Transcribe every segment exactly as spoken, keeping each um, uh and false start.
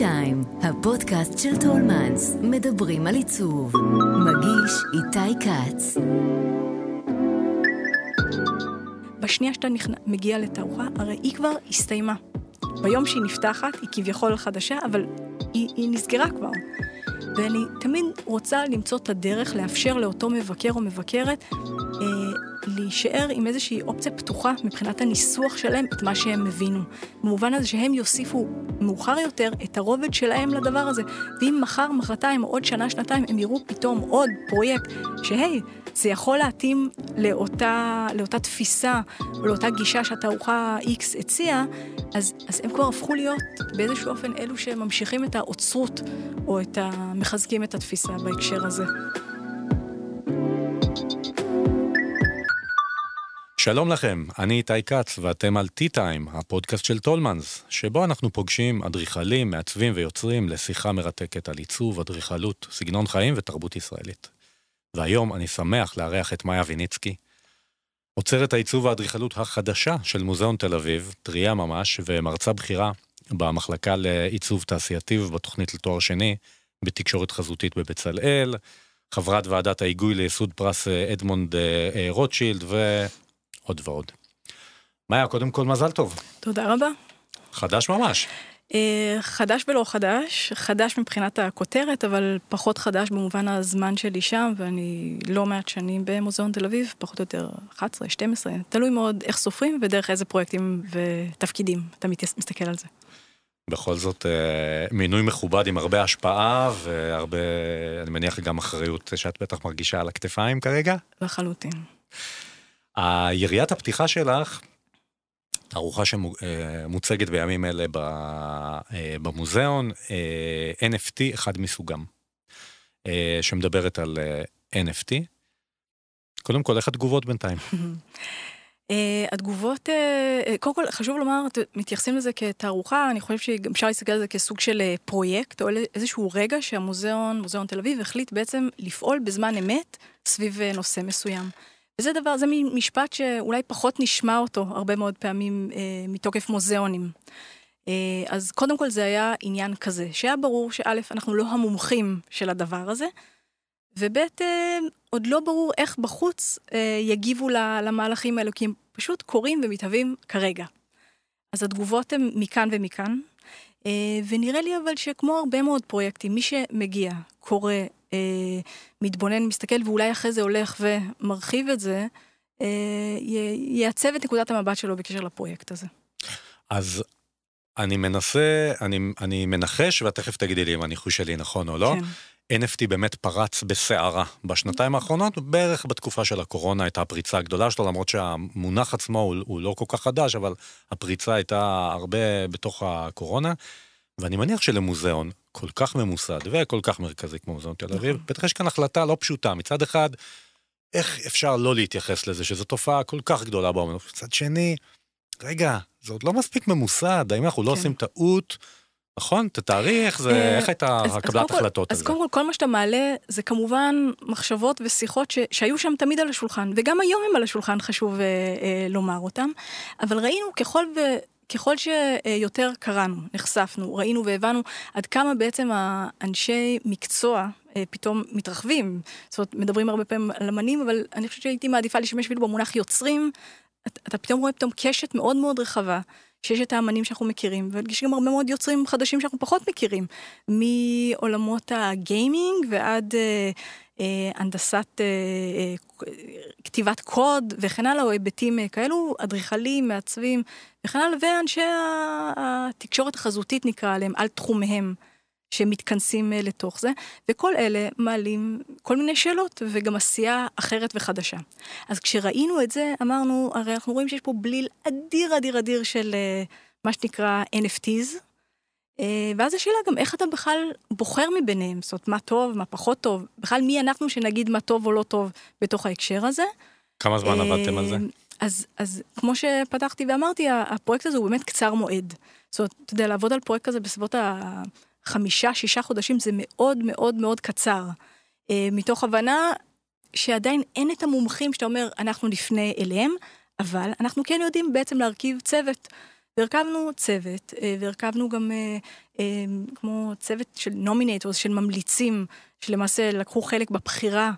טיים, הפודקאסט של טולמנס, מדברים על עיצוב. מגיש איתי קץ. בשנייה שאתה נכנ... מגיע לתערוכה, הרי היא כבר הסתיימה. ביום שהיא נפתחת, היא כביכול חדשה, אבל היא, היא נסגרה כבר. ואני תמיד רוצה למצוא את הדרך לאפשר לאותו מבקר או מבקרת אה, להישאר עם איזושהי אופציה פתוחה מבחינת הניסוח שלהם את מה שהם מבינו. במובן הזה שהם יוסיפו מאוחר יותר את הרובד שלהם לדבר הזה. ואם מחר, מחרתיים או עוד שנה, שנתיים, הם יראו פתאום עוד פרויקט שהי, זה יכול להתאים לאותה, לאותה תפיסה או לאותה גישה שהתערוכה X הציעה, אז, אז הם כבר הפכו להיות באיזשהו אופן אלו שממשיכים את האוצרות או את המחזקים את התפיסה בהקשר הזה. שלום לכם, אני איתי קץ ואתם על טי טיים, הפודקאסט של טולמנס, שבו אנחנו פוגשים אדריכלים, מעצבים ויוצרים לשיחה מרתקת על עיצוב, אדריכלות, סגנון חיים ותרבות ישראלית. והיום אני שמח לארח את מאיה ויניצקי, עוצרת העיצוב והאדריכלות החדשה של מוזיאון תל אביב, טריה ממש, ומרצה בכירה במחלקה לעיצוב תעשייתי ובתוכנית לתואר שני, בתקשורת חזותית בבצלאל, חברת ועדת ההיגוי לייסוד פרס אדמונד רוטשילד ועוד ועוד. מאיה, קודם כל מזל טוב. תודה רבה. חדש ממש. חדש ולא חדש, חדש מבחינת הכותרת, אבל פחות חדש במובן הזמן שלי שם, ואני לא מעט שנים במוזיאון תל אביב, פחות או יותר אחת עשרה, שתים עשרה, תלוי מאוד איך סופרים ודרך איזה פרויקטים ותפקידים, אתה מסתכל על זה. בכל זאת, מינוי מכובד עם הרבה השפעה, והרבה, אני מניח גם אחריות שאת בטח מרגישה על הכתפיים כרגע. לחלוטין. היריית הפתיחה שלך, תערוכה שמוצגת בימים אלה במוזיאון, אן אף טי אחד מסוגם, שמדברת על אן אף טי. קודם כל, איך התגובות בינתיים? התגובות, קודם כל חשוב לומר, מתייחסים לזה כתערוכה, אני חושב שאפשר להסתכל על זה כסוג של פרויקט, או איזשהו רגע שהמוזיאון, מוזיאון תל אביב, החליט בעצם לפעול בזמן אמת סביב נושא מסוים. וזה דבר, זה משפט שאולי פחות נשמע אותו הרבה מאוד פעמים אה, מתוקף מוזיאונים. אה, אז קודם כל זה היה עניין כזה, שהיה ברור שא' אנחנו לא המומחים של הדבר הזה, וב' אה, עוד לא ברור איך בחוץ אה, יגיבו למהלכים האלו, כי הם פשוט קורים ומתהווים כרגע. אז התגובות הן מכאן ומכאן, אה, ונראה לי אבל שכמו הרבה מאוד פרויקטים, מי שמגיע, קורא, מתבונן, מסתכל, ואולי אחרי זה הולך ומרחיב את זה, ייעצב את נקודת המבט שלו בקשר לפרויקט הזה. אז אני מנסה, אני, אני מנחש, ותכף תגידי לי אם אני חושב שלי נכון או לא, כן. אן אף טי באמת פרץ בסערה בשנתיים האחרונות, בערך בתקופה של הקורונה הייתה הפריצה הגדולה שלו, למרות שהמונח עצמו הוא, הוא לא כל כך חדש, אבל הפריצה הייתה הרבה בתוך הקורונה, ואני מניח שלמוזיאון כל כך ממוסד וכל כך מרכזי כמו מוזיאון תל אביב, בטח יש כאן החלטה לא פשוטה. מצד אחד, איך אפשר לא להתייחס לזה, שזו תופעה כל כך גדולה באומנות. מצד שני, רגע, זה עוד לא מספיק ממוסד, האם אנחנו לא עושים טעות, נכון? תתארי איך זה, איך הייתה הקבלת החלטות הזה? אז קודם כל, כל מה שאתה מעלה, זה כמובן מחשבות ושיחות שהיו שם תמיד על השולחן, וגם היום הם על השולחן חשוב לומר אותם, אבל ראינו ככל ו... ככל שיותר קראנו, נחשפנו, ראינו והבנו עד כמה בעצם האנשי מקצוע פתאום מתרחבים. זאת אומרת, מדברים הרבה פעמים על אמנים, אבל אני חושבת שהייתי מעדיפה להשתמש אפילו במונח יוצרים. אתה פתאום רואה פתאום קשת מאוד מאוד רחבה, שיש את האמנים שאנחנו מכירים, ויש גם הרבה מאוד יוצרים חדשים שאנחנו פחות מכירים, מעולמות הגיימינג ועד הנדסת כתיבת קוד וכן הלאה, או היבטים כאלו, אדריכלים, מעצבים וכן הלאה, ואנשי התקשורת החזותית נקרא עליהם, על תחומיהם שמתכנסים לתוך זה, וכל אלה מעלים כל מיני שאלות וגם עשייה אחרת וחדשה. אז כשראינו את זה, אמרנו, הרי אנחנו רואים שיש פה בליל אדיר אדיר אדיר של מה שנקרא אן אף טיז, ואז השאלה גם איך אתה בכלל בוחר מביניהם, זאת אומרת, מה טוב, מה פחות טוב, בכלל מי אנחנו שנגיד מה טוב או לא טוב בתוך ההקשר הזה. כמה זמן עבדתם על זה? אז, אז כמו שפתחתי ואמרתי, הפרויקט הזה הוא באמת קצר מועד. זאת אומרת, אתה יודע, לעבוד על פרויקט כזה בסביבות החמישה, שישה חודשים, זה מאוד מאוד מאוד קצר. מתוך הבנה שעדיין אין את המומחים שאתה אומר, אנחנו נפנה אליהם, אבל אנחנו כן יודעים בעצם להרכיב צוות, והרכבנו צוות, והרכבנו גם כמו צוות של נומינטורס, של ממליצים, שלמעשה לקחו חלק בבחירה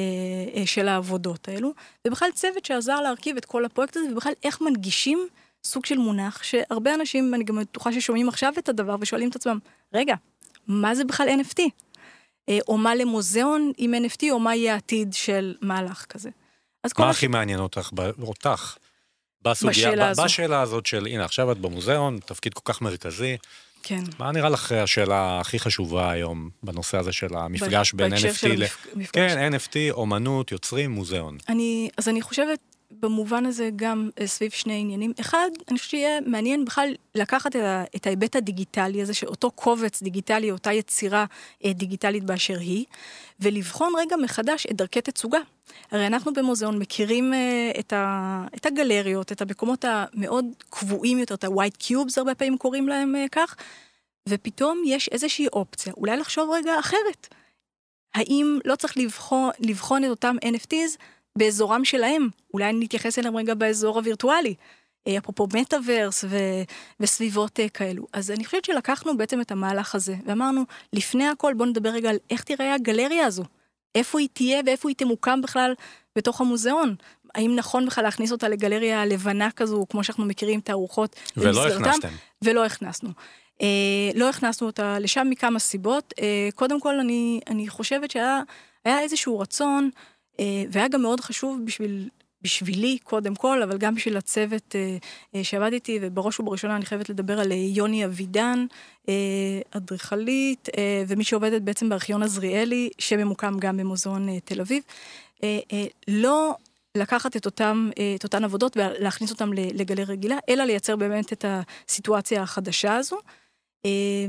של העבודות האלו, ובכלל צוות שעזר להרכיב את כל הפרויקט הזה, ובכלל איך מנגישים סוג של מונח, שהרבה אנשים, אני גם בטוחה ששומעים עכשיו את הדבר, ושואלים את עצמם, רגע, מה זה בכלל אן אף טי? או מה למוזיאון עם אן אף טי, או מה יהיה העתיד של מהלך כזה. מה הכי מעניין אותך? אותך? בשאלה הזאת. בשאלה הזאת של, הנה, עכשיו את במוזיאון, תפקיד כל כך מרכזי. כן. מה נראה לך השאלה הכי חשובה היום, בנושא הזה של המפגש בין אן אף טי ל... כן, אן אף טי, אומנות, יוצרים, מוזיאון. אז אני חושבת, במובן הזה גם סביב שני עניינים. אחד, אני חושבת שיהיה מעניין בכלל לקחת את ההיבט הדיגיטלי הזה, שאותו קובץ דיגיטלי, אותה יצירה דיגיטלית באשר היא, ולבחון רגע מחדש את דרכי תצוגה. הרי אנחנו במוזיאון מכירים את, ה, את הגלריות, את המקומות המאוד קבועים יותר, את ה-white cubes, הרבה פעמים קוראים להם כך, ופתאום יש איזושהי אופציה, אולי לחשוב רגע אחרת. האם לא צריך לבחון, לבחון את אותם אן אף טיז באזורם שלהם? אולי נתייחס אליהם רגע באזור הווירטואלי, אפרופו מטאברס ו- וסביבות כאלו. אז אני חושבת שלקחנו בעצם את המהלך הזה, ואמרנו, לפני הכל בואו נדבר רגע על איך תראה הגלריה הזו. איפה היא תהיה ואיפה היא תמוקם בכלל בתוך המוזיאון. האם נכון בכלל להכניס אותה לגלריה לבנה כזו, כמו שאנחנו מכירים את הארוחות. ולא הכנסתם. ולא הכנסנו. אה, לא הכנסנו אותה לשם מכמה סיבות. אה, קודם כל אני, אני חושבת שהיה היה איזשהו רצון, אה, והיה גם מאוד חשוב בשביל... בשבילי קודם כל, אבל גם בשביל הצוות אה, שעבד איתי, ובראש ובראשונה אני חייבת לדבר על יוני אבידן, אה, אדריכלית, אה, ומי שעובדת בעצם בארכיון עזריאלי, שממוקם גם במוזיאון אה, תל אביב, אה, אה, לא לקחת את, אותם, אה, את אותן עבודות ולהכניס אותם לגלריה רגילה, אלא לייצר באמת את הסיטואציה החדשה הזו. אה,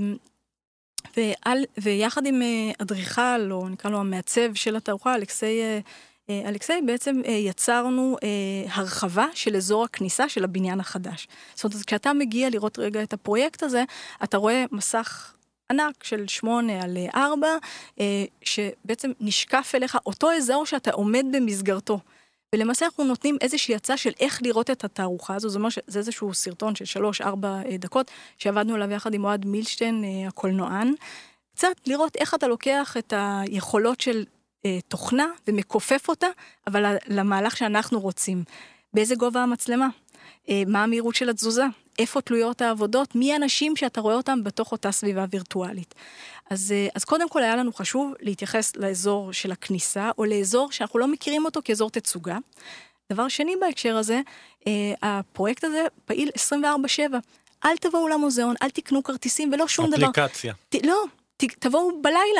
ועל, ויחד עם אה, אדריכל, או נקרא לו המעצב של התערוכה, אלכסי אה, אלכסי, בעצם יצרנו הרחבה של אזור הכניסה של הבניין החדש. זאת אומרת, כשאתה מגיע לראות רגע את הפרויקט הזה, אתה רואה מסך ענק של שמונה על ארבע, שבעצם נשקף אליך אותו אזור שאתה עומד במסגרתו. ולמעשה אנחנו נותנים איזושהי הצעה של איך לראות את התערוכה הזו, זאת אומרת שזה איזשהו סרטון של שלוש, ארבע דקות, שעבדנו עליו יחד עם אוהד מילשטיין, הקולנוען, קצת לראות איך אתה לוקח את היכולות של תוכנה ומקופף אותה, אבל למהלך שאנחנו רוצים. באיזה גובה המצלמה? מה המהירות של התזוזה? איפה תלויות העבודות? מי האנשים שאתה רואה אותם בתוך אותה סביבה וירטואלית? אז, אז קודם כל היה לנו חשוב להתייחס לאזור של הכניסה, או לאזור שאנחנו לא מכירים אותו כאזור תצוגה. דבר שני בהקשר הזה, הפרויקט הזה פעיל עשרים וארבע שבע. אל תבואו למוזיאון, אל תקנו כרטיסים ולא שום דבר. אפליקציה. ת, לא, ת, תבואו בלילה.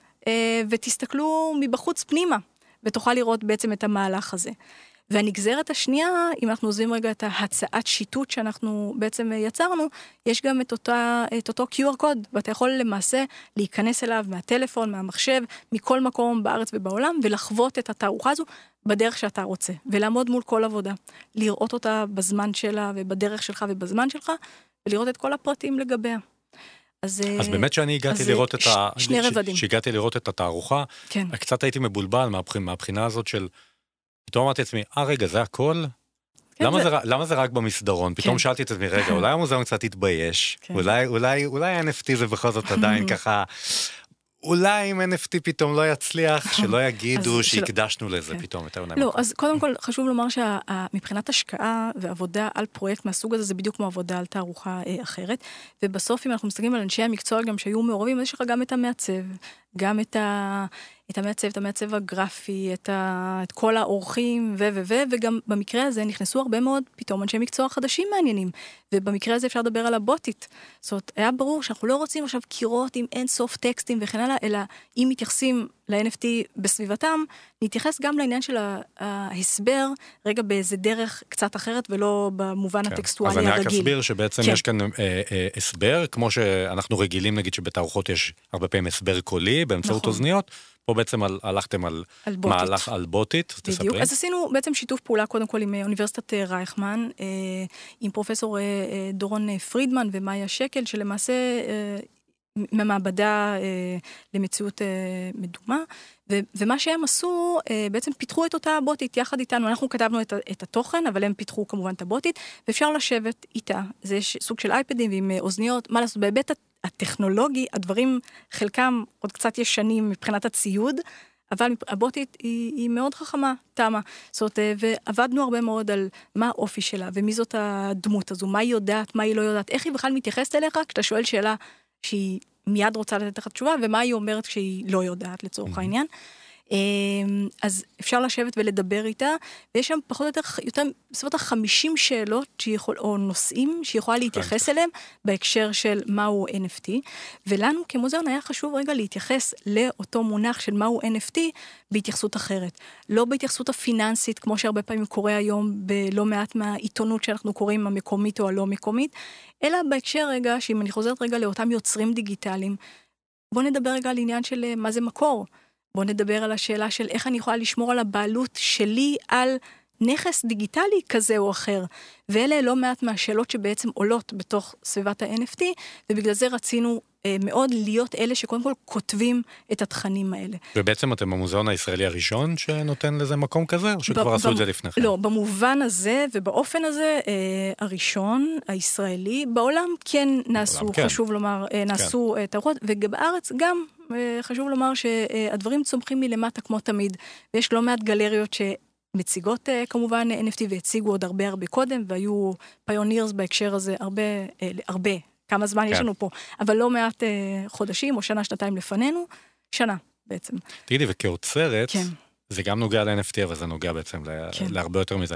ותסתכלו מבחוץ פנימה, ותוכל לראות בעצם את המהלך הזה. והנגזרת השנייה, אם אנחנו עוזבים רגע את ההצעת שיטוט שאנחנו בעצם יצרנו, יש גם את, אותה, את אותו קיו אר קוד, ואתה יכול למעשה להיכנס אליו מהטלפון, מהמחשב, מכל מקום בארץ ובעולם, ולחוות את התערוכה הזו בדרך שאתה רוצה, ולעמוד מול כל עבודה, לראות אותה בזמן שלה, ובדרך שלך ובזמן שלך, ולראות את כל הפרטים לגביה. אז, אז באמת שאני הגעתי לראות את ה... שני רבדים. שהגעתי לראות את התערוכה, כן. קצת הייתי מבולבל מהבחינה, מהבחינה הזאת של, פתאום אמרתי לעצמי, אה רגע, זה הכל? כן, למה, זה... זה, למה זה רק במסדרון? פתאום כן. שאלתי את עצמי, רגע, אולי המוזיאון קצת יתבייש, כן. אולי, אולי, אולי אן אף טי זה בכל זאת עדיין ככה, אולי אם אן אף טי פתאום לא יצליח, שלא יגידו שהקדשנו לזה פתאום. לא, אז קודם כל חשוב לומר שמבחינת השקעה ועבודה על פרויקט מהסוג הזה, זה בדיוק כמו עבודה על תערוכה אחרת, ובסוף אם אנחנו מסתכלים על אנשי המקצוע גם שהיו מעורבים, אז יש לך גם את המעצב, גם את ה... את המעצב, את המעצב הגרפי, את, ה... את כל האורחים ו... ו... ו... וגם במקרה הזה נכנסו הרבה מאוד פתאום אנשי מקצוע חדשים מעניינים, ובמקרה הזה אפשר לדבר על הבוטית. זאת אומרת, היה ברור שאנחנו לא רוצים עכשיו קירות עם אין סוף טקסטים וכן הלאה, אלא אם מתייחסים ל-אן אף טי בסביבתם, נתייחס גם לעניין של ההסבר, רגע באיזה דרך קצת אחרת, ולא במובן כן. הטקסטואלי הרגיל. אז אני רק אסביר שבעצם כן. יש כאן אה, אה, הסבר, כמו שאנחנו רגילים, נגיד שבתערוכות יש הרבה פעמים הסבר קולי, באמצעות נכון. אוזניות, פה בעצם על, הלכתם על, על מהלך על בוטית, בדיוק. אז עשינו בעצם שיתוף פעולה קודם כל עם אוניברסיטת רייכמן, אה, עם פרופסור אה, דורון פרידמן ומאיה שקל, שלמעשה אה, מהמעבדה אה, למציאות אה, מדומה, ו, ומה שהם עשו, אה, בעצם פיתחו את אותה הבוטית יחד איתנו, אנחנו כתבנו את, את התוכן, אבל הם פיתחו כמובן את הבוטית, ואפשר לשבת איתה, זה יש סוג של אייפדים ועם אוזניות, מה לעשות, בהיבט הטכנולוגי, הדברים חלקם עוד קצת ישנים מבחינת הציוד, אבל הבוטית היא, היא מאוד חכמה, תמה. זאת אומרת, ועבדנו הרבה מאוד על מה האופי שלה, ומי זאת הדמות הזו, מה היא יודעת, מה היא לא יודעת, איך היא בכלל מתייחסת אליך, כשאתה שואל שאלה שהיא מיד רוצה לתת לך תשובה, ומה היא אומרת כשהיא לא יודעת, לצורך העניין. אז אפשר לשבת ולדבר איתה, ויש שם פחות או יותר, יותר בסביבות ה-חמישים שאלות שיכול, או נושאים שיכולה להתייחס אליהם, בהקשר של מהו אן אף טי, ולנו כמוזיאון היה חשוב רגע להתייחס לאותו מונח של מהו אן אף טי, בהתייחסות אחרת. לא בהתייחסות הפיננסית, כמו שהרבה פעמים קורה היום, בלא מעט מהעיתונות שאנחנו קוראים, המקומית או הלא מקומית, אלא בהקשר רגע, שאם אני חוזרת רגע לאותם יוצרים דיגיטליים, בוא נדבר רגע על עניין של מה זה מקור. בוא נדבר על השאלה של איך אני יכולה לשמור על הבעלות שלי על נכס דיגיטלי כזה או אחר. ואלה לא מעט מהשאלות שבעצם עולות בתוך סביבת ה-אן אף טי, ובגלל זה רצינו אה, מאוד להיות אלה שקודם כל כותבים את התכנים האלה. ובעצם אתם המוזיאון הישראלי הראשון שנותן לזה מקום כזה, או שכבר עשו את זה לפניכם? לא, במובן הזה ובאופן הזה, אה, הראשון, הישראלי, בעולם כן נעשו, כן. חשוב לומר, אה, נעשו כן. תערוכות, ובארץ גם חשוב לומר שהדברים צומחים מלמטה כמו תמיד, ויש לא מעט גלריות שמציגות כמובן אן אף טי והציגו עוד הרבה הרבה קודם, והיו פיונירס בהקשר הזה הרבה, הרבה, כמה זמן כן. יש לנו פה, אבל לא מעט חודשים או שנה, שנתיים לפנינו, שנה בעצם. תגידי, וכאוצרת, כן. זה גם נוגע ל-אן אף טי, אבל זה נוגע בעצם כן. להרבה יותר מזה.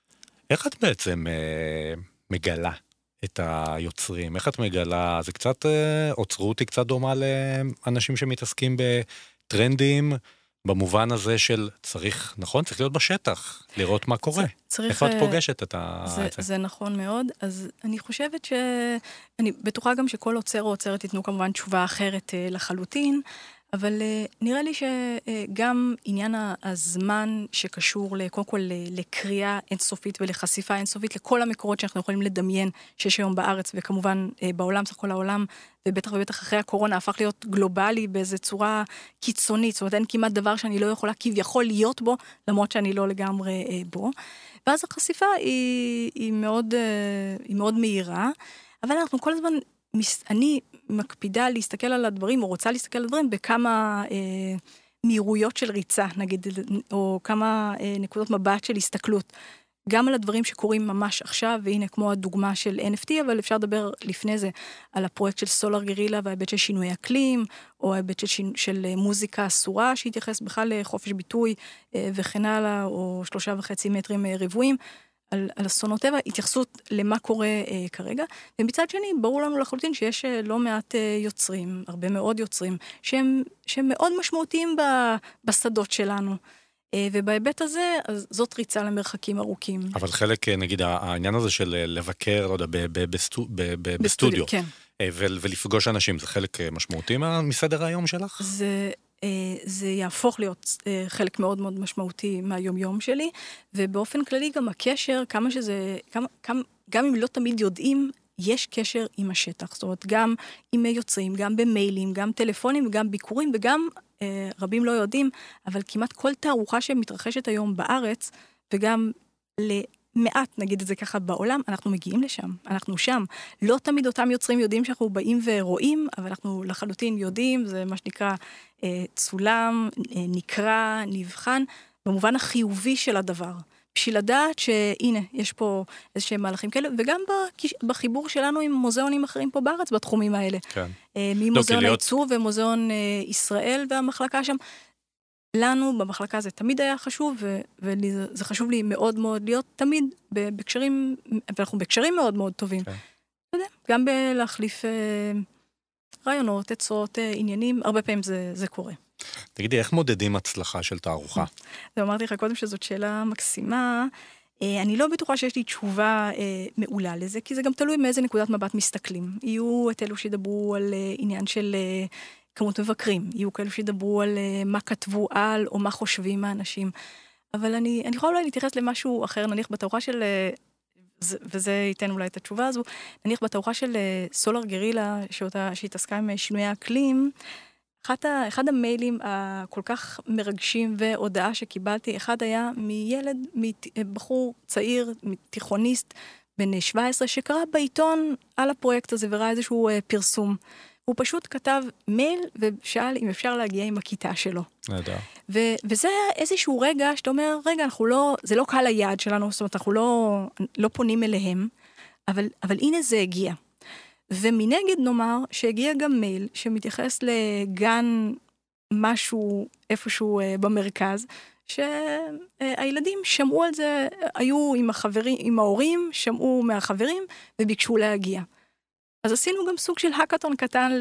איך את בעצם אה, מגלה את היוצרים? איך את מגלה? זה קצת, אוצרות היא קצת דומה לאנשים שמתעסקים בטרנדים, במובן הזה של צריך, נכון? צריך להיות בשטח, לראות מה קורה. צריך, איפה את פוגשת את ה... זה, את זה? זה נכון מאוד. אז אני חושבת ש... אני בטוחה גם שכל עוצר או עוצרת ייתנו כמובן תשובה אחרת לחלוטין, אבל נראה לי שגם עניין הזמן שקשור קודם כל לקריאה אינסופית ולחשיפה אינסופית לכל המקורות שאנחנו יכולים לדמיין שיש היום בארץ וכמובן בעולם, סך כל העולם, ובטח ובטח אחרי הקורונה הפך להיות גלובלי באיזו צורה קיצונית, זאת אומרת אין כמעט דבר שאני לא יכולה כביכול להיות בו, למרות שאני לא לגמרי בו. ואז החשיפה היא, היא מאוד, היא מאוד מהירה, אבל אנחנו כל הזמן, אני מקפידה להסתכל על הדברים, או רוצה להסתכל על הדברים, בכמה אה, מהירויות של ריצה, נגיד, או כמה אה, נקודות מבט של הסתכלות. גם על הדברים שקורים ממש עכשיו, והנה כמו הדוגמה של אן אף טי, אבל אפשר לדבר לפני זה על הפרויקט של סולר גרילה, וההיבט של שינוי אקלים, או ההיבט של, שינו, של מוזיקה אסורה, שהתייחס בכלל לחופש ביטוי אה, וכן הלאה, או שלושה וחצי מטרים אה, רבועים, על, על אסונות טבע, התייחסות למה קורה אה, כרגע, ומצד שני, ברור לנו לחלוטין שיש אה, לא מעט אה, יוצרים, הרבה מאוד יוצרים, שהם, שהם מאוד משמעותיים ב, בשדות שלנו. אה, ובהיבט הזה, אז זאת ריצה למרחקים ארוכים. אבל חלק, נגיד, העניין הזה של לבקר, לא יודע, ב, ב, בסטו, ב, ב, בסטודיו, כן. אה, ו, ולפגוש אנשים, זה חלק משמעותי מסדר היום שלך? זה... זה יהפוך להיות חלק מאוד מאוד משמעותי מהיום-יום שלי, ובאופן כללי גם הקשר, כמה שזה, כמה, כמה, גם אם לא תמיד יודעים, יש קשר עם השטח. זאת אומרת, גם עם יוצרים, גם במיילים, גם טלפונים, וגם ביקורים, וגם אה, רבים לא יודעים, אבל כמעט כל תערוכה שמתרחשת היום בארץ, וגם למעט, נגיד את זה ככה, בעולם, אנחנו מגיעים לשם, אנחנו שם. לא תמיד אותם יוצרים יודעים שאנחנו באים ורואים, אבל אנחנו לחלוטין יודעים, זה מה שנקרא אה, צולם, אה, נקרא, נבחן, במובן החיובי של הדבר. בשביל לדעת שהנה, יש פה איזשהם מהלכים כאלה, וגם בחיבור שלנו עם מוזיאונים אחרים פה בארץ, בתחומים האלה. כן. ממוזיאון העיצוב ומוזיאון ישראל והמחלקה שם. לנו במחלקה זה תמיד היה חשוב, וזה חשוב לי מאוד מאוד להיות תמיד בקשרים, ואנחנו בקשרים מאוד מאוד טובים. כן. אתה יודע, גם בלהחליף רעיונות, עצות, עניינים, הרבה פעמים זה, זה קורה. תגידי, איך מודדים הצלחה של תערוכה? ואמרתי לך קודם שזאת שאלה מקסימה. אני לא בטוחה שיש לי תשובה מעולה לזה, כי זה גם תלוי מאיזה נקודת מבט מסתכלים. יהיו את אלו שידברו על עניין של כמות מבקרים, יהיו כאלו שידברו על מה כתבו על, או מה חושבים האנשים. אבל אני, אני יכולה אולי להתייחס למשהו אחר, נניח בתערוכה של, זה, וזה ייתן אולי את התשובה הזו. נניח בתערוכה של סולר גרילה, שאותה, שהתעסקה עם שינוי האקלים, אחד, ה, אחד המיילים הכל כך מרגשים והודעה שקיבלתי, אחד היה מילד, מבחור צעיר, תיכוניסט, בן שבע עשרה, שקרא בעיתון על הפרויקט הזה וראה איזשהו אה, פרסום. הוא פשוט כתב מייל ושאל אם אפשר להגיע עם הכיתה שלו. נדע. ו- וזה איזשהו רגע שאתה אומר, רגע, אנחנו לא, זה לא קהל היעד שלנו, זאת אומרת, אנחנו לא, לא פונים אליהם, אבל, אבל הנה זה הגיע. ומנגד נאמר שהגיע גם מייל שמתייחס לגן משהו איפשהו אה, במרכז, שהילדים שמעו על זה, היו עם החברים, עם ההורים, שמעו מהחברים וביקשו להגיע. אז עשינו גם סוג של הקאטון קטן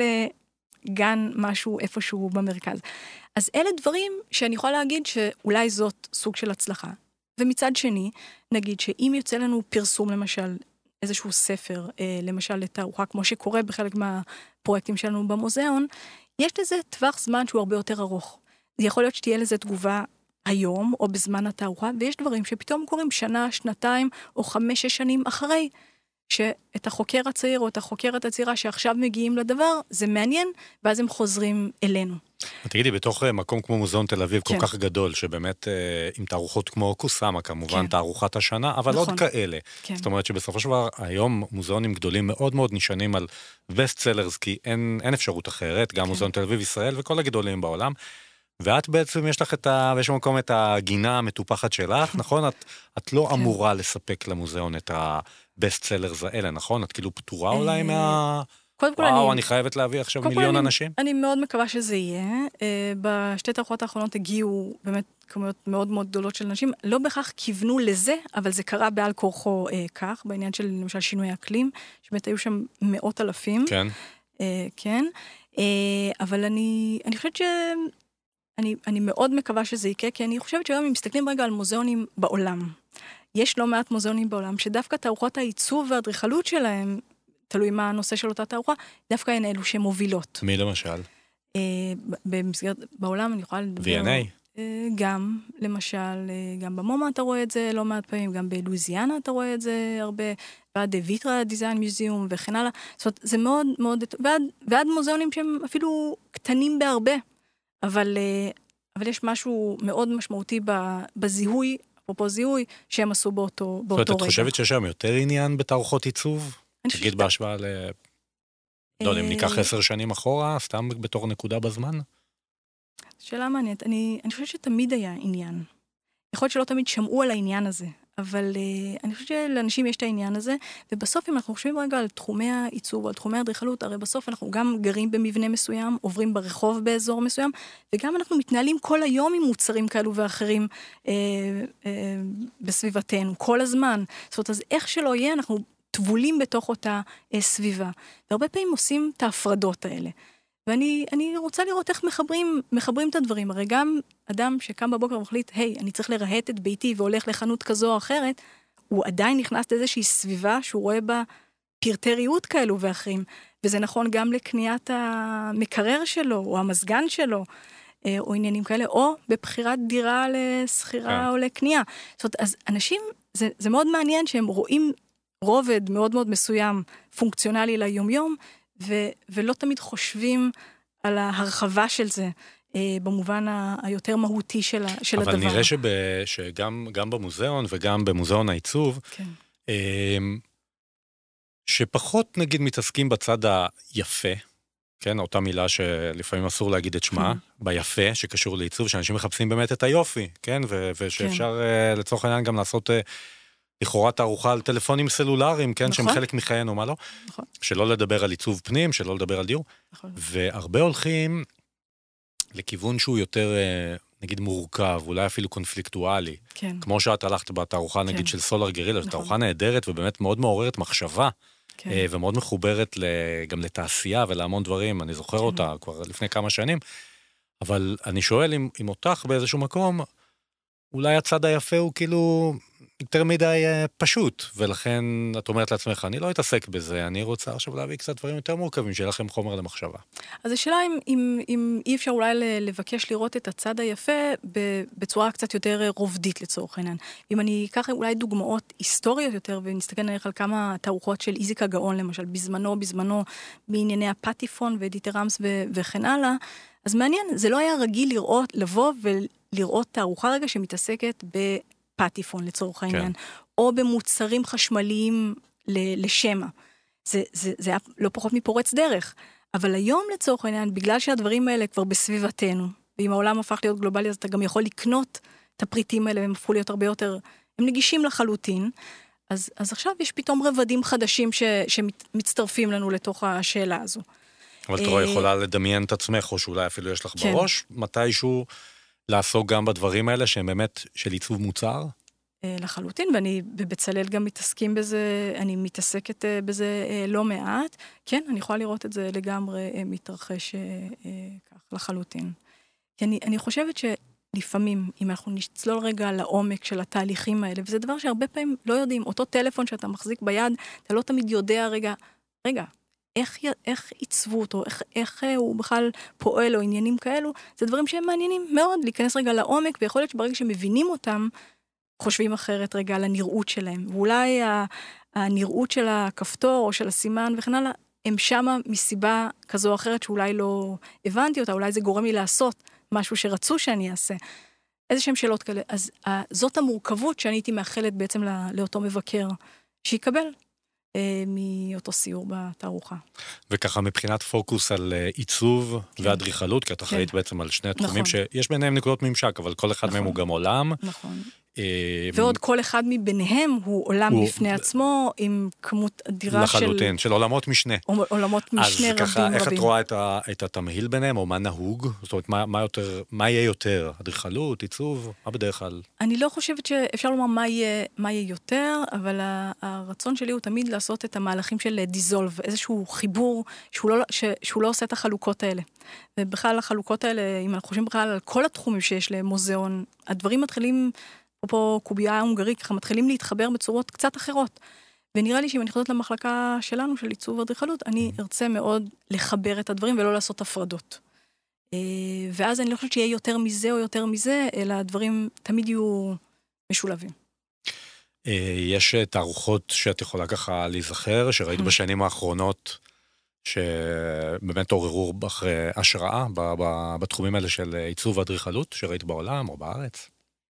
לגן משהו איפשהו במרכז. אז אלה דברים שאני יכולה להגיד שאולי זאת סוג של הצלחה. ומצד שני, נגיד שאם יוצא לנו פרסום למשל, איזשהו ספר, למשל לתערוכה, כמו שקורה בחלק מהפרויקטים שלנו במוזיאון, יש לזה טווח זמן שהוא הרבה יותר ארוך. זה יכול להיות שתהיה לזה תגובה היום או בזמן התערוכה, ויש דברים שפתאום קורים שנה, שנתיים או חמש, שש שנים אחרי, שאת החוקר הצעיר או את החוקרת הצעירה שעכשיו מגיעים לדבר, זה מעניין, ואז הם חוזרים אלינו. תגידי, בתוך מקום כמו מוזיאון תל אביב, כל כך גדול, שבאמת עם תערוכות כמו קוסאמה, כמובן תערוכת השנה, אבל עוד כאלה. זאת אומרת שבסופו של דבר, היום מוזיאונים גדולים מאוד מאוד נשענים על בסט סלרס, כי אין אפשרות אחרת, גם מוזיאון תל אביב ישראל וכל הגדולים בעולם, ואת בעצם יש לך את ה... ויש במקום את הגינה המטופחת שלך, נכון? את, את לא אמורה לספק למוזיאון את הבסט סלרס האלה, נכון? את כאילו פטורה אולי מה... וואו, אני... אני חייבת להביא עכשיו מיליון אני, אנשים. אני מאוד מקווה שזה יהיה. בשתי תערוכות האחרונות הגיעו באמת כמויות מאוד מאוד גדולות של אנשים. לא בכך כיוונו לזה, אבל זה קרה בעל כורחו כך, בעניין של למשל שינוי האקלים, שבאמת היו שם מאות אלפים. כן. כן. אבל אני, אני חושבת ש... אני, אני מאוד מקווה שזה יקרה, כי אני חושבת שהיום אם מסתכלים רגע על מוזיאונים בעולם, יש לא מעט מוזיאונים בעולם, שדווקא תערוכות העיצוב והאדריכלות שלהם, תלוי מה הנושא של אותה תערוכה, דווקא הן אלו שמובילות. מי למשל? אה, במסגרת, בעולם אני יכולה לדבר... וי אן איי? אה, גם, למשל, אה, גם במומה אתה רואה את זה לא מעט פעמים, גם בלואיזיאנה אתה רואה את זה הרבה, ועד ויטרה דיזיין מיוזיאום וכן הלאה. זאת אומרת, זה מאוד מאוד... ועד, ועד מוזיאונים שהם אפילו קטנים בהרבה, אבל, אבל יש משהו מאוד משמעותי בזיהוי, אפרופו זיהוי, שהם עשו באותו, באותו רגע. זאת אומרת, את חושבת שיש שם יותר עניין בתערוכות עיצוב? תגיד בהשוואה ל... לא יודע, אם ניקח עשר שנים אחורה, סתם בתור נקודה בזמן? שאלה מעניינת. אני, אני חושבת שתמיד היה עניין. יכול להיות שלא תמיד שמעו על העניין הזה, אבל uh, אני חושבת שלאנשים יש את העניין הזה, ובסוף אם אנחנו חושבים רגע על תחומי העיצוב, על תחומי האדריכלות, הרי בסוף אנחנו גם גרים במבנה מסוים, עוברים ברחוב באזור מסוים, וגם אנחנו מתנהלים כל היום עם מוצרים כאלו ואחרים uh, uh, בסביבתנו, כל הזמן. זאת אומרת, אז איך שלא יהיה, אנחנו טבולים בתוך אותה uh, סביבה. והרבה פעמים עושים את ההפרדות האלה. ואני אני רוצה לראות איך מחברים, מחברים את הדברים. הרי גם אדם שקם בבוקר ומחליט, היי, אני צריך לרהט את ביתי והולך לחנות כזו או אחרת, הוא עדיין נכנס לאיזושהי סביבה שהוא רואה בה פרטי ריהוט כאלו ואחרים. וזה נכון גם לקניית המקרר שלו, או המזגן שלו, או עניינים כאלה, או בבחירת דירה לסחירה או לקנייה. זאת אומרת, אז אנשים, זה, זה מאוד מעניין שהם רואים רובד מאוד מאוד מסוים, פונקציונלי ליומיום, ו- ולא תמיד חושבים על ההרחבה של זה, אה, במובן ה- היותר מהותי של, ה- של אבל הדבר. אבל נראה שב- שגם גם במוזיאון וגם במוזיאון העיצוב, כן. אה, שפחות נגיד מתעסקים בצד היפה, כן, אותה מילה שלפעמים אסור להגיד את שמה, ביפה שקשור לעיצוב, שאנשים מחפשים באמת את היופי, כן, ו- ושאפשר כן. לצורך העניין גם לעשות... לכאורה תערוכה על טלפונים סלולריים, כן, נכון. שהם חלק מחיינו, מה לא? נכון. שלא לדבר על עיצוב פנים, שלא לדבר על דיור. נכון. והרבה הולכים לכיוון שהוא יותר, נגיד, מורכב, אולי אפילו קונפליקטואלי. כן. כמו שאת הלכת בתערוכה, נגיד, כן. של סולר גרילה, נכון. תערוכה נהדרת ובאמת מאוד מעוררת מחשבה, כן. ומאוד מחוברת גם לתעשייה ולהמון דברים. אני זוכר כן. אותה כבר לפני כמה שנים. אבל אני שואל אם, אם אותך באיזשהו מקום, אולי הצד היפה הוא כאילו... יותר מדי פשוט, ולכן את אומרת לעצמך, אני לא אתעסק בזה, אני רוצה עכשיו להביא קצת דברים יותר מורכבים, שיהיה לכם חומר למחשבה. אז השאלה אם, אם, אם אי אפשר אולי לבקש לראות את הצד היפה בצורה קצת יותר רובדית לצורך העניין. אם אני אקח אולי דוגמאות היסטוריות יותר, ונסתכל נניח על כמה תערוכות של איזיק הגאון, למשל, בזמנו, בזמנו, בענייני הפטיפון ודיטרמס ו- וכן הלאה, אז מעניין, זה לא היה רגיל לראות, לבוא ולראות תערוכה רגע שמתעסקת בפטיפון לצורך העניין, כן. או במוצרים חשמליים לשמה. זה, זה, זה היה לא פחות מפורץ דרך. אבל היום לצורך העניין, בגלל שהדברים האלה כבר בסביבתנו, ואם העולם הפך להיות גלובלי, אז אתה גם יכול לקנות את הפריטים האלה, והם הפכו להיות הרבה יותר, הם נגישים לחלוטין, אז, אז עכשיו יש פתאום רבדים חדשים ש, שמצטרפים לנו לתוך השאלה הזו. אבל תראה, יכולה לדמיין את עצמך, או שאולי אפילו יש לך כן. בראש, מתישהו לעסוק גם בדברים האלה, שהם באמת של עיצוב מוצר? לחלוטין, ואני בבצלאל גם מתעסקים בזה, אני מתעסקת בזה לא מעט. כן, אני יכולה לראות את זה לגמרי מתרחש כך, לחלוטין. כי אני, אני חושבת שלפעמים, אם אנחנו נצלול רגע לעומק של התהליכים האלה, וזה דבר שהרבה פעמים לא יודעים, אותו טלפון שאתה מחזיק ביד, אתה לא תמיד יודע רגע, רגע, איך, איך עיצבו אותו, איך, איך הוא בכלל פועל או עניינים כאלו, זה דברים שהם מעניינים מאוד, להיכנס רגע לעומק, ויכול להיות שברגע שמבינים אותם, חושבים אחרת רגע על הנראות שלהם, ואולי הנראות של הכפתור או של הסימן וכן הלאה, הם שמה מסיבה כזו או אחרת שאולי לא הבנתי אותה, אולי זה גורם לי לעשות משהו שרצו שאני אעשה. איזה שהם שאלות כאלה. אז זאת המורכבות שאני הייתי מאחלת בעצם לאותו מבקר, שיקבל אה, מאותו סיור בתערוכה. וככה מבחינת פוקוס על עיצוב כן. ואדריכלות, כי את אחראית כן. בעצם על שני תחומים נכון. שיש ביניהם נקודות ממשק, אבל כל אחד נכון. מהם הוא גם עולם. נכון. ועוד כל אחד מביניהם הוא עולם הוא בפני עצמו, עם כמות אדירה של... לחלוטין, של עולמות משנה. עולמות משנה רבים רבים. אז ככה, איך את רואה את, ה, את התמהיל ביניהם, או מה נהוג? זאת אומרת, מה, מה, יותר, מה יהיה יותר? אדריכלות, עיצוב? מה בדרך כלל? אני לא חושבת שאפשר לומר מה יהיה, מה יהיה יותר, אבל הרצון שלי הוא תמיד לעשות את המהלכים של דיזולב, איזשהו חיבור שהוא לא, ש, שהוא לא עושה את החלוקות האלה. ובכלל החלוקות האלה, אם אנחנו חושבים בכלל על כל התחומים שיש למוזיאון, הדברים מתחילים... פה קובייה הונגרית, ככה מתחילים להתחבר בצורות קצת אחרות. ונראה לי שאם אני חוזרת למחלקה שלנו, של עיצוב ואדריכלות, אני ארצה מאוד לחבר את הדברים ולא לעשות הפרדות. ואז אני לא חושבת שיהיה יותר מזה או יותר מזה, אלא הדברים תמיד יהיו משולבים. יש תערוכות שאת יכולה ככה להיזכר, שראית בשנים האחרונות, שבאמת עוררו אחרי השראה בתחומים האלה של עיצוב ואדריכלות, שראית בעולם או בארץ?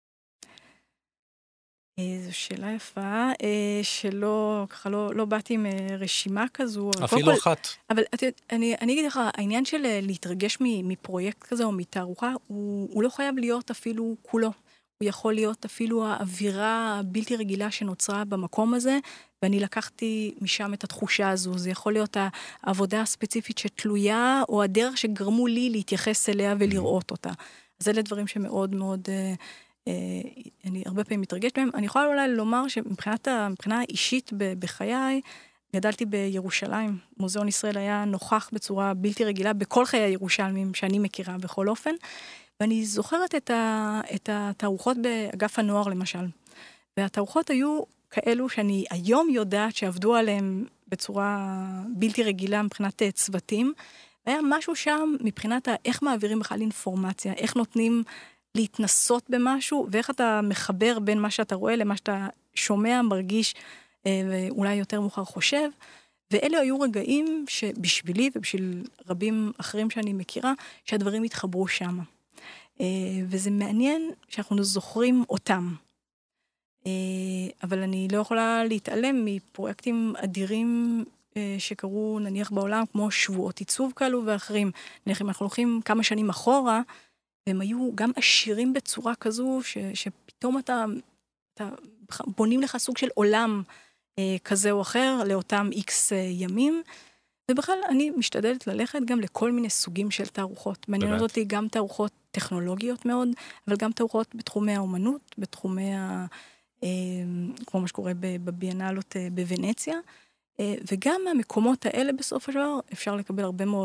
זו שאלה יפה, שלא, ככה לא, לא באתי עם רשימה כזו. אפילו כל, אחת. אבל אני, אני אגיד לך, העניין של להתרגש מפרויקט כזה או מתערוכה, הוא, הוא לא חייב להיות אפילו כולו. הוא יכול להיות אפילו האווירה הבלתי רגילה שנוצרה במקום הזה, ואני לקחתי משם את התחושה הזו. זה יכול להיות העבודה הספציפית שתלויה, או הדרך שגרמו לי להתייחס אליה ולראות אותה. אז אלה דברים שמאוד מאוד... אני הרבה פעמים מתרגשת בהם. אני יכולה אולי לומר שמבחינת מבחינה האישית בחיי, גדלתי בירושלים. מוזיאון ישראל היה נוכח בצורה בלתי רגילה בכל חיי הירושלמים שאני מכירה בכל אופן. ואני זוכרת את, ה, את התערוכות באגף הנוער למשל. והתערוכות היו כאלו שאני היום יודעת שעבדו עליהם בצורה בלתי רגילה מבחינת צוותים. והיה משהו שם מבחינת איך מעבירים בכלל אינפורמציה, איך נותנים... להתנסות במשהו, ואיך אתה מחבר בין מה שאתה רואה למה שאתה שומע, מרגיש, ואולי יותר מאוחר חושב, ואלה היו רגעים שבשבילי ובשביל רבים אחרים שאני מכירה, שהדברים התחברו שם. וזה מעניין שאנחנו זוכרים אותם. אבל אני לא יכולה להתעלם מפרויקטים אדירים שקרו נניח בעולם, כמו שבועות עיצוב כאלו ואחרים. נניח אם אנחנו הולכים כמה שנים אחורה, והם היו גם עשירים בצורה כזו, ש, שפתאום אתה, אתה בונים לך סוג של עולם אה, כזה או אחר, לאותם איקס אה, ימים, ובכלל אני משתדלת ללכת גם לכל מיני סוגים של תערוכות. מעניינות אותי גם תערוכות טכנולוגיות מאוד, אבל גם תערוכות בתחומי האומנות, בתחומי ה... אה, כמו מה שקורה בביאנלות אה, בוונציה, אה, וגם מהמקומות האלה בסוף השבוע אפשר לקבל הרבה מאוד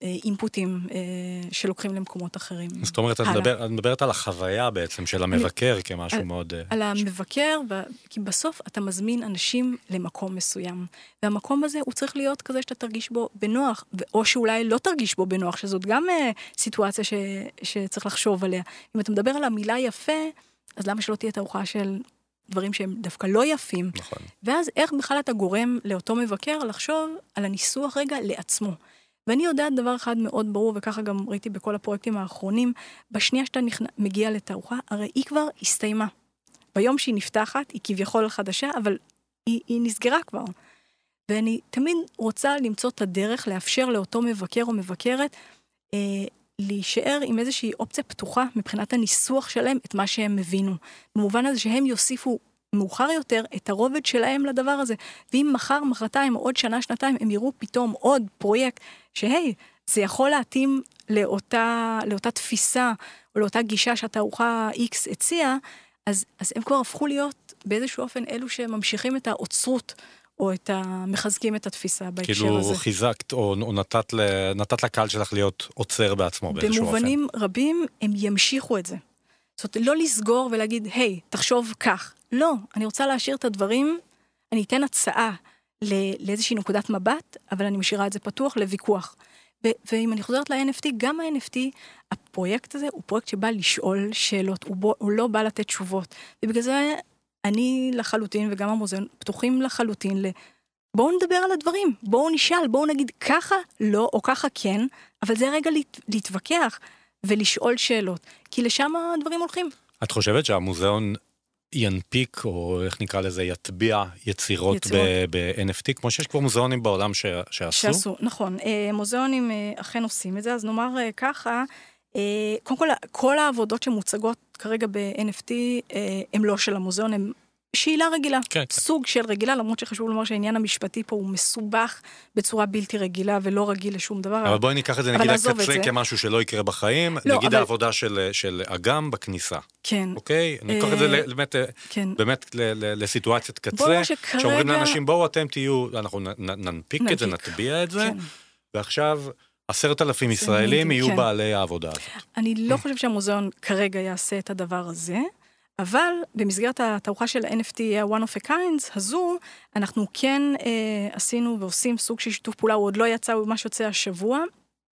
אימפוטים שלוקחים למקומות אחרים. זאת אומרת, את מדברת על החוויה בעצם של המבקר כמשהו מאוד... על המבקר, כי בסוף אתה מזמין אנשים למקום מסוים, והמקום הזה הוא צריך להיות כזה שאתה תרגיש בו בנוח, או שאולי לא תרגיש בו בנוח, שזאת גם סיטואציה שצריך לחשוב עליה. אם אתה מדבר על המילה יפה, אז למה שלא תהיה תערוכה של דברים שהם דווקא לא יפים? נכון. ואז איך בכלל אתה גורם לאותו מבקר לחשוב על הניסוח רגע לעצמו? ואני יודעת דבר אחד מאוד ברור, וככה גם ראיתי בכל הפרויקטים האחרונים, בשנייה שאתה נכנ... מגיע לתערוכה, הרי היא כבר הסתיימה. ביום שהיא נפתחת, היא כביכול חדשה, אבל היא, היא נסגרה כבר. ואני תמיד רוצה למצוא את הדרך, לאפשר לאותו מבקר או מבקרת, אה, להישאר עם איזושהי אופציה פתוחה, מבחינת הניסוח שלהם, את מה שהם מבינו. במובן הזה שהם יוסיפו מאוחר יותר את הרובד שלהם לדבר הזה. ואם מחר, מחרתיים, או עוד שנה, שנתיים, הם יראו פתאום עוד פרויקט, שהי, זה יכול להתאים לאותה, לאותה תפיסה, או לאותה גישה שהתערוכה X הציעה, אז, אז הם כבר הפכו להיות באיזשהו אופן אלו שממשיכים את האוצרות, או את המחזקים את התפיסה בהקשר כאילו הזה. כאילו חיזקת, או, או נתת, נתת לקהל שלך להיות עוצר בעצמו באיזשהו אופן. במובנים רבים הם ימשיכו את זה. זאת אומרת, לא לסגור ולהגיד, היי, תחשוב כך. לא, אני רוצה להשאיר את הדברים, אני אתן הצעה לאיזושהי נקודת מבט, אבל אני משאירה את זה פתוח לוויכוח. ואם אני חוזרת ל-אן אף טי, גם ה-אן אף טי, הפרויקט הזה הוא פרויקט שבא לשאול שאלות, הוא, בו, הוא לא בא לתת תשובות. ובגלל זה אני לחלוטין, וגם המוזיאון, פתוחים לחלוטין ל... בואו נדבר על הדברים, בואו נשאל, בואו נגיד ככה לא, או ככה כן, אבל זה רגע להת, להתווכח ולשאול שאלות, כי לשם הדברים הולכים. את חושבת שהמוזיאון ינפיק, או איך נקרא לזה, יטביע יצירות, יצירות. ב-אן אף טי, כמו שיש כבר מוזיאונים בעולם ש... שעשו? שעשו, נכון. מוזיאונים אכן עושים את זה, אז נאמר ככה, קודם כל, כל העבודות שמוצגות כרגע ב-אן אף טי, הם לא של המוזיאון, הם שאלה רגילה, כן, סוג כן. של רגילה, למרות שחשוב לומר שהעניין המשפטי פה הוא מסובך בצורה בלתי רגילה, ולא רגיל לשום דבר. אבל בואי ניקח את זה, נגיד הקצה כמשהו שלא יקרה בחיים, לא, נגיד אבל... העבודה של, של אגם בכניסה. כן. אוקיי? אה... ניקח את זה באמת, כן. באמת ל- ל- לסיטואציית קצה, שכרגע... שאומרים לאנשים, בואו אתם תהיו, אנחנו נ- ננפיק, ננפיק את זה, נטביע את זה, כן. ועכשיו... עשרת אלפים ישראלים יהיו כן. בעלי העבודה הזאת. אני לא חושב שהמוזיאון כרגע יעשה את הדבר הזה, אבל במסגרת התערוכה של ה-אן אף טי One of a Kinds הזו, אנחנו כן אה, עשינו ועושים סוג של שיתוף פעולה, הוא עוד לא יצא, הוא ממש יוצא השבוע,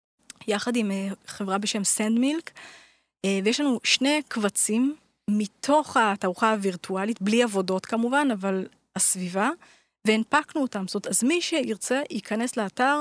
יחד עם אה, חברה בשם סנדמילק, אה, ויש לנו שני קבצים מתוך התערוכה הווירטואלית, בלי עבודות כמובן, אבל הסביבה, והנפקנו אותם. זאת אומרת, אז מי שירצה ייכנס לאתר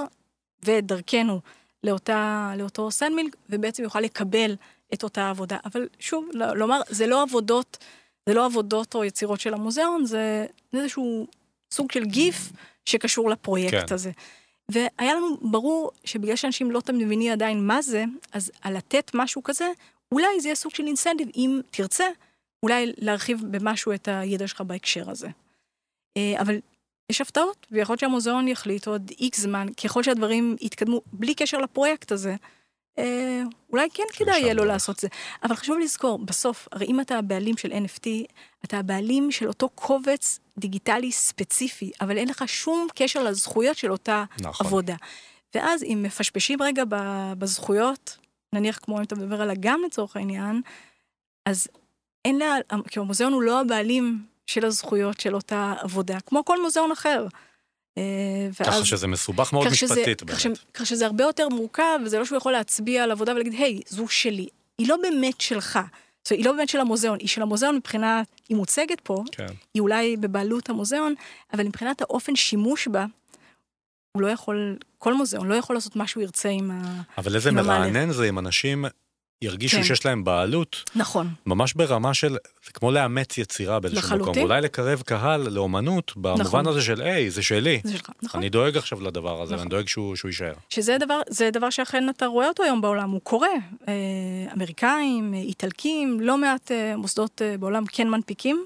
ודרכנו לאותה, לאותו סנדמילק, ובעצם יוכל לקבל את אותה עבודה. אבל שוב, לומר, זה לא עבודות, זה לא עבודות או יצירות של המוזיאון, זה איזשהו סוג של גיף שקשור לפרויקט כן. הזה. והיה לנו ברור שבגלל שאנשים לא תמיד מבינים עדיין מה זה, אז על לתת משהו כזה, אולי זה יהיה סוג של אינסנטיב, אם תרצה, אולי להרחיב במשהו את הידע שלך בהקשר הזה. אבל יש הפתעות, ויכול להיות שהמוזיאון יחליט עוד איקס זמן, ככל שהדברים יתקדמו בלי קשר לפרויקט הזה, אה, אולי כן כדאי יהיה לו לעשות זה. אבל חשוב לזכור, בסוף, הרי אם אתה הבעלים של אן אף טי, אתה הבעלים של אותו קובץ דיגיטלי ספציפי, אבל אין לך שום קשר לזכויות של אותה נכון. עבודה. ואז אם מפשפשים רגע בזכויות, נניח כמו אם אתה מדבר על אגם לצורך העניין, אז אין לה, כי המוזיאון הוא לא הבעלים של הזכויות של אותה עבודה, כמו כל מוזיאון אחר. ככה שזה מסובך מאוד משפטית באמת. ככה שזה הרבה יותר מורכב, וזה לא שהוא יכול להצביע על עבודה ולהגיד, היי, זו שלי. היא לא באמת שלך. זאת אומרת, היא לא באמת של המוזיאון. היא של המוזיאון מבחינה, היא מוצגת פה, היא אולי בבעלות המוזיאון, אבל מבחינת האופן שימוש בה, הוא לא יכול, כל מוזיאון לא יכול לעשות משהו ירצה עם ה... אבל איזה מרענן זה אם אנשים ירגישו שיש להם בעלות. נכון. ממש ברמה של, זה כמו לאמץ יצירה באיזשהו מקום. אולי לקרב קהל לאומנות, במובן הזה של, היי, זה שלי. אני דואג עכשיו לדבר הזה, אני דואג שהוא יישאר. שזה דבר, זה דבר שאכן אתה רואה אותו היום בעולם, הוא קורה. אמריקאים, איטלקים, לא מעט מוסדות בעולם כן מנפיקים,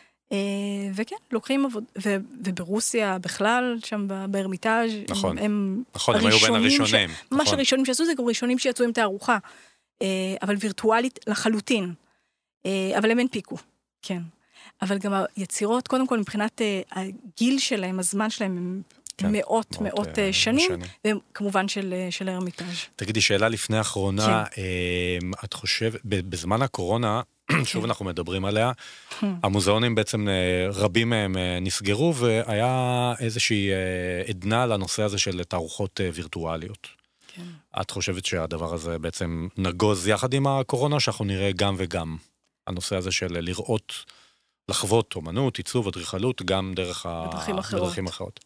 וכן, לוקחים עבוד, וברוסיה בכלל, שם בארמיטאז' נכון, הם נכון, הם היו בין הראשונים. ממש הראשונים שעשו זה גם ראשונים שיצאו עם תערוכה. אבל וירטואלית לחלוטין. אבל הם הנפיקו, כן. אבל גם היצירות, קודם כל, מבחינת הגיל שלהם, הזמן שלהם, הם כן, מאות, מאות, מאות אה, שנים, שנים. וכמובן של, של הרמיטאז'. תגידי, שאלה לפני האחרונה, כן. אה, את חושבת, ב- בזמן הקורונה, שוב אנחנו מדברים עליה, המוזיאונים בעצם, אה, רבים מהם אה, נסגרו, והיה איזושהי אה, עדנה לנושא הזה של תערוכות אה, וירטואליות. כן. את חושבת שהדבר הזה בעצם נגוז יחד עם הקורונה, שאנחנו נראה גם וגם? הנושא הזה של לראות, לחוות אומנות, עיצוב, אדריכלות, גם דרך ה... בדרכים אחרות. בדרכים אחרות.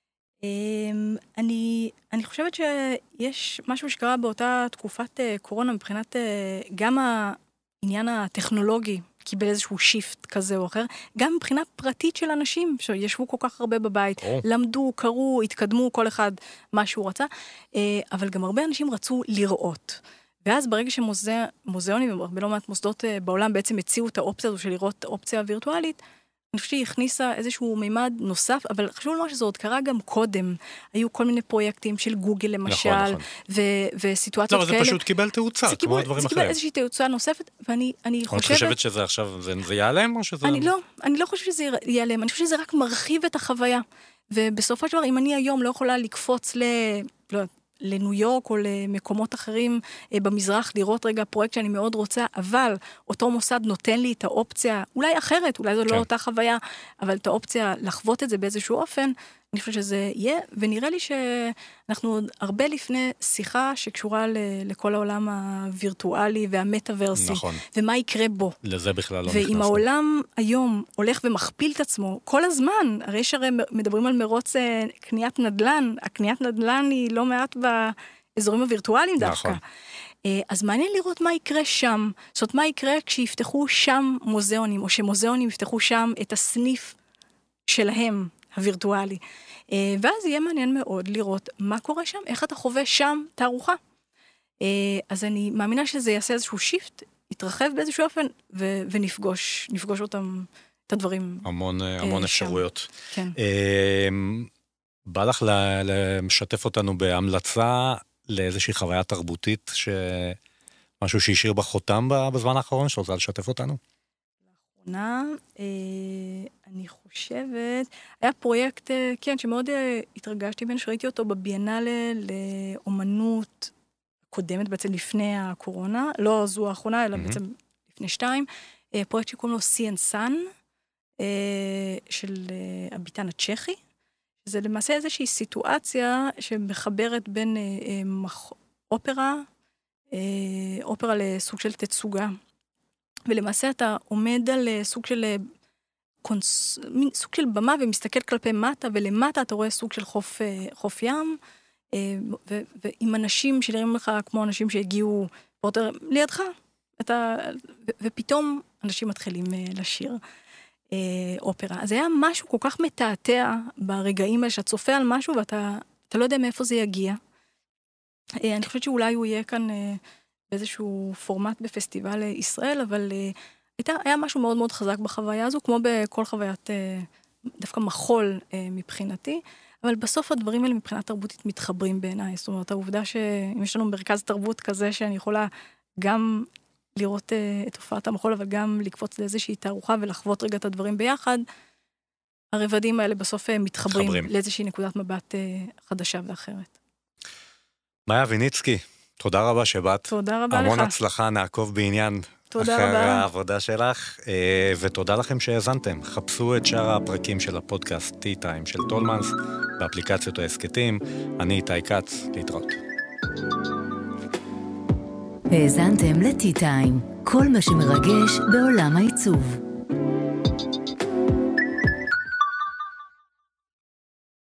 אמ, אני, אני חושבת שיש משהו שקרה באותה תקופת אה, קורונה, מבחינת אה, גם העניין הטכנולוגי, קיבל איזשהו שיפט כזה או אחר, גם מבחינה פרטית של אנשים שישבו כל כך הרבה בבית, או. למדו, קראו, התקדמו, כל אחד מה שהוא רצה, אה, אבל גם הרבה אנשים רצו לראות. ואז ברגע שמוזיאונים ובלא מעט מוסדות אה, בעולם בעצם הציעו את האופציה הזו של לראות אופציה וירטואלית, אני חושבת שהיא הכניסה איזשהו מימד נוסף, אבל חשוב לומר שזה עוד קרה גם קודם. היו כל מיני פרויקטים של גוגל למשל, נכון, נכון. ו- וסיטואציות לא, כאלה. זה פשוט קיבל תאוצה, זה כמו קיבל, הדברים זה אחרים. קיבל איזושהי תאוצה נוספת, ואני אני את חושבת... חושבת שזה עכשיו, זה, זה ייעלם או שזה... אני לא, אני לא חושבת שזה ייעלם, אני חושבת שזה רק מרחיב את החוויה. ובסופו של דבר, אם אני היום לא יכולה לקפוץ ל... לא, לניו יורק או למקומות אחרים אה, במזרח, לראות רגע פרויקט שאני מאוד רוצה, אבל אותו מוסד נותן לי את האופציה, אולי אחרת, אולי זו כן. לא אותה חוויה, אבל את האופציה לחוות את זה באיזשהו אופן, אני חושבת שזה יהיה, ונראה לי שאנחנו הרבה לפני שיחה שקשורה ל- לכל העולם הווירטואלי והמטאברסי, נכון. ומה יקרה בו. לזה בכלל לא נכנסנו. ואם העולם היום הולך ומכפיל את עצמו כל הזמן, הרי יש הרי מדברים על מרוץ אה, קניית נדל"ן, הקניית נדל"ן היא לא מעט באזורים הווירטואליים דווקא. נכון. אה, אז מעניין לראות מה יקרה שם, זאת אומרת מה יקרה כשיפתחו שם מוזיאונים, או שמוזיאונים יפתחו שם את הסניף שלהם, הווירטואלי. אה, ואז יהיה מעניין מאוד לראות מה קורה שם, איך אתה חווה שם תערוכה. אה, אז אני מאמינה שזה יעשה איזשהו שיפט, יתרחב באיזשהו אופן, ו- ונפגוש, נפגוש אותם, את הדברים. המון, המון שם. אפשרויות. כן. אה, בא לך ל- לשתף אותנו בהמלצה לאיזושהי חוויה תרבותית, שמשהו שהשאיר בחותם בזמן האחרון, שרוצה לשתף אותנו? לאחרונה, אה, אני חושבת, היה פרויקט, אה, כן, שמאוד אה, התרגשתי בין, שראיתי אותו בביאנלה לאומנות קודמת, בעצם לפני הקורונה, לא זו האחרונה, אלא Mhm. בעצם לפני שתיים, אה, פרויקט שקוראים לו Sea and Sun, אה, של אה, הביטן הצ'כי. זה למעשה איזושהי סיטואציה שמחברת בין אה, אה, מח... אופרה, אה, אופרה לסוג של תצוגה. ולמעשה אתה עומד על אה, סוג של אה, קונס... מין סוג של במה ומסתכל כלפי מטה, ולמטה אתה רואה סוג של חוף, אה, חוף ים, אה, ו... ועם אנשים שנראים לך כמו אנשים שהגיעו פורטר לידך, אתה... ו... ופתאום אנשים מתחילים אה, לשיר. אופרה. אז היה משהו כל כך מתעתע ברגעים האלה, שאתה צופה על משהו ואתה אתה לא יודע מאיפה זה יגיע. אני חושבת שאולי הוא יהיה כאן באיזשהו פורמט בפסטיבל ישראל, אבל הייתה, היה משהו מאוד מאוד חזק בחוויה הזו, כמו בכל חוויית דווקא מחול מבחינתי, אבל בסוף הדברים האלה מבחינה תרבותית מתחברים בעיניי. זאת אומרת, העובדה שאם יש לנו מרכז תרבות כזה שאני יכולה גם לראות uh, את הופעת המחול, אבל גם לקפוץ לאיזושהי תערוכה ולחוות רגע את הדברים ביחד, הרבדים האלה בסוף uh, מתחברים מתחברים. לאיזושהי נקודת מבט uh, חדשה ואחרת. מאיה ויניצקי, תודה רבה שבאת. תודה רבה המון לך. הצלחה, נעקוב בעניין תודה אחר רבה. העבודה שלך, אה, ותודה לכם שהאזנתם. חפשו את שאר הפרקים של הפודקאסט טי טיים של טולמנס, באפליקציות העסקתים. אני איתי כץ, להתראות. האזנתם לטי טיים, כל מה שמרגש בעולם העיצוב.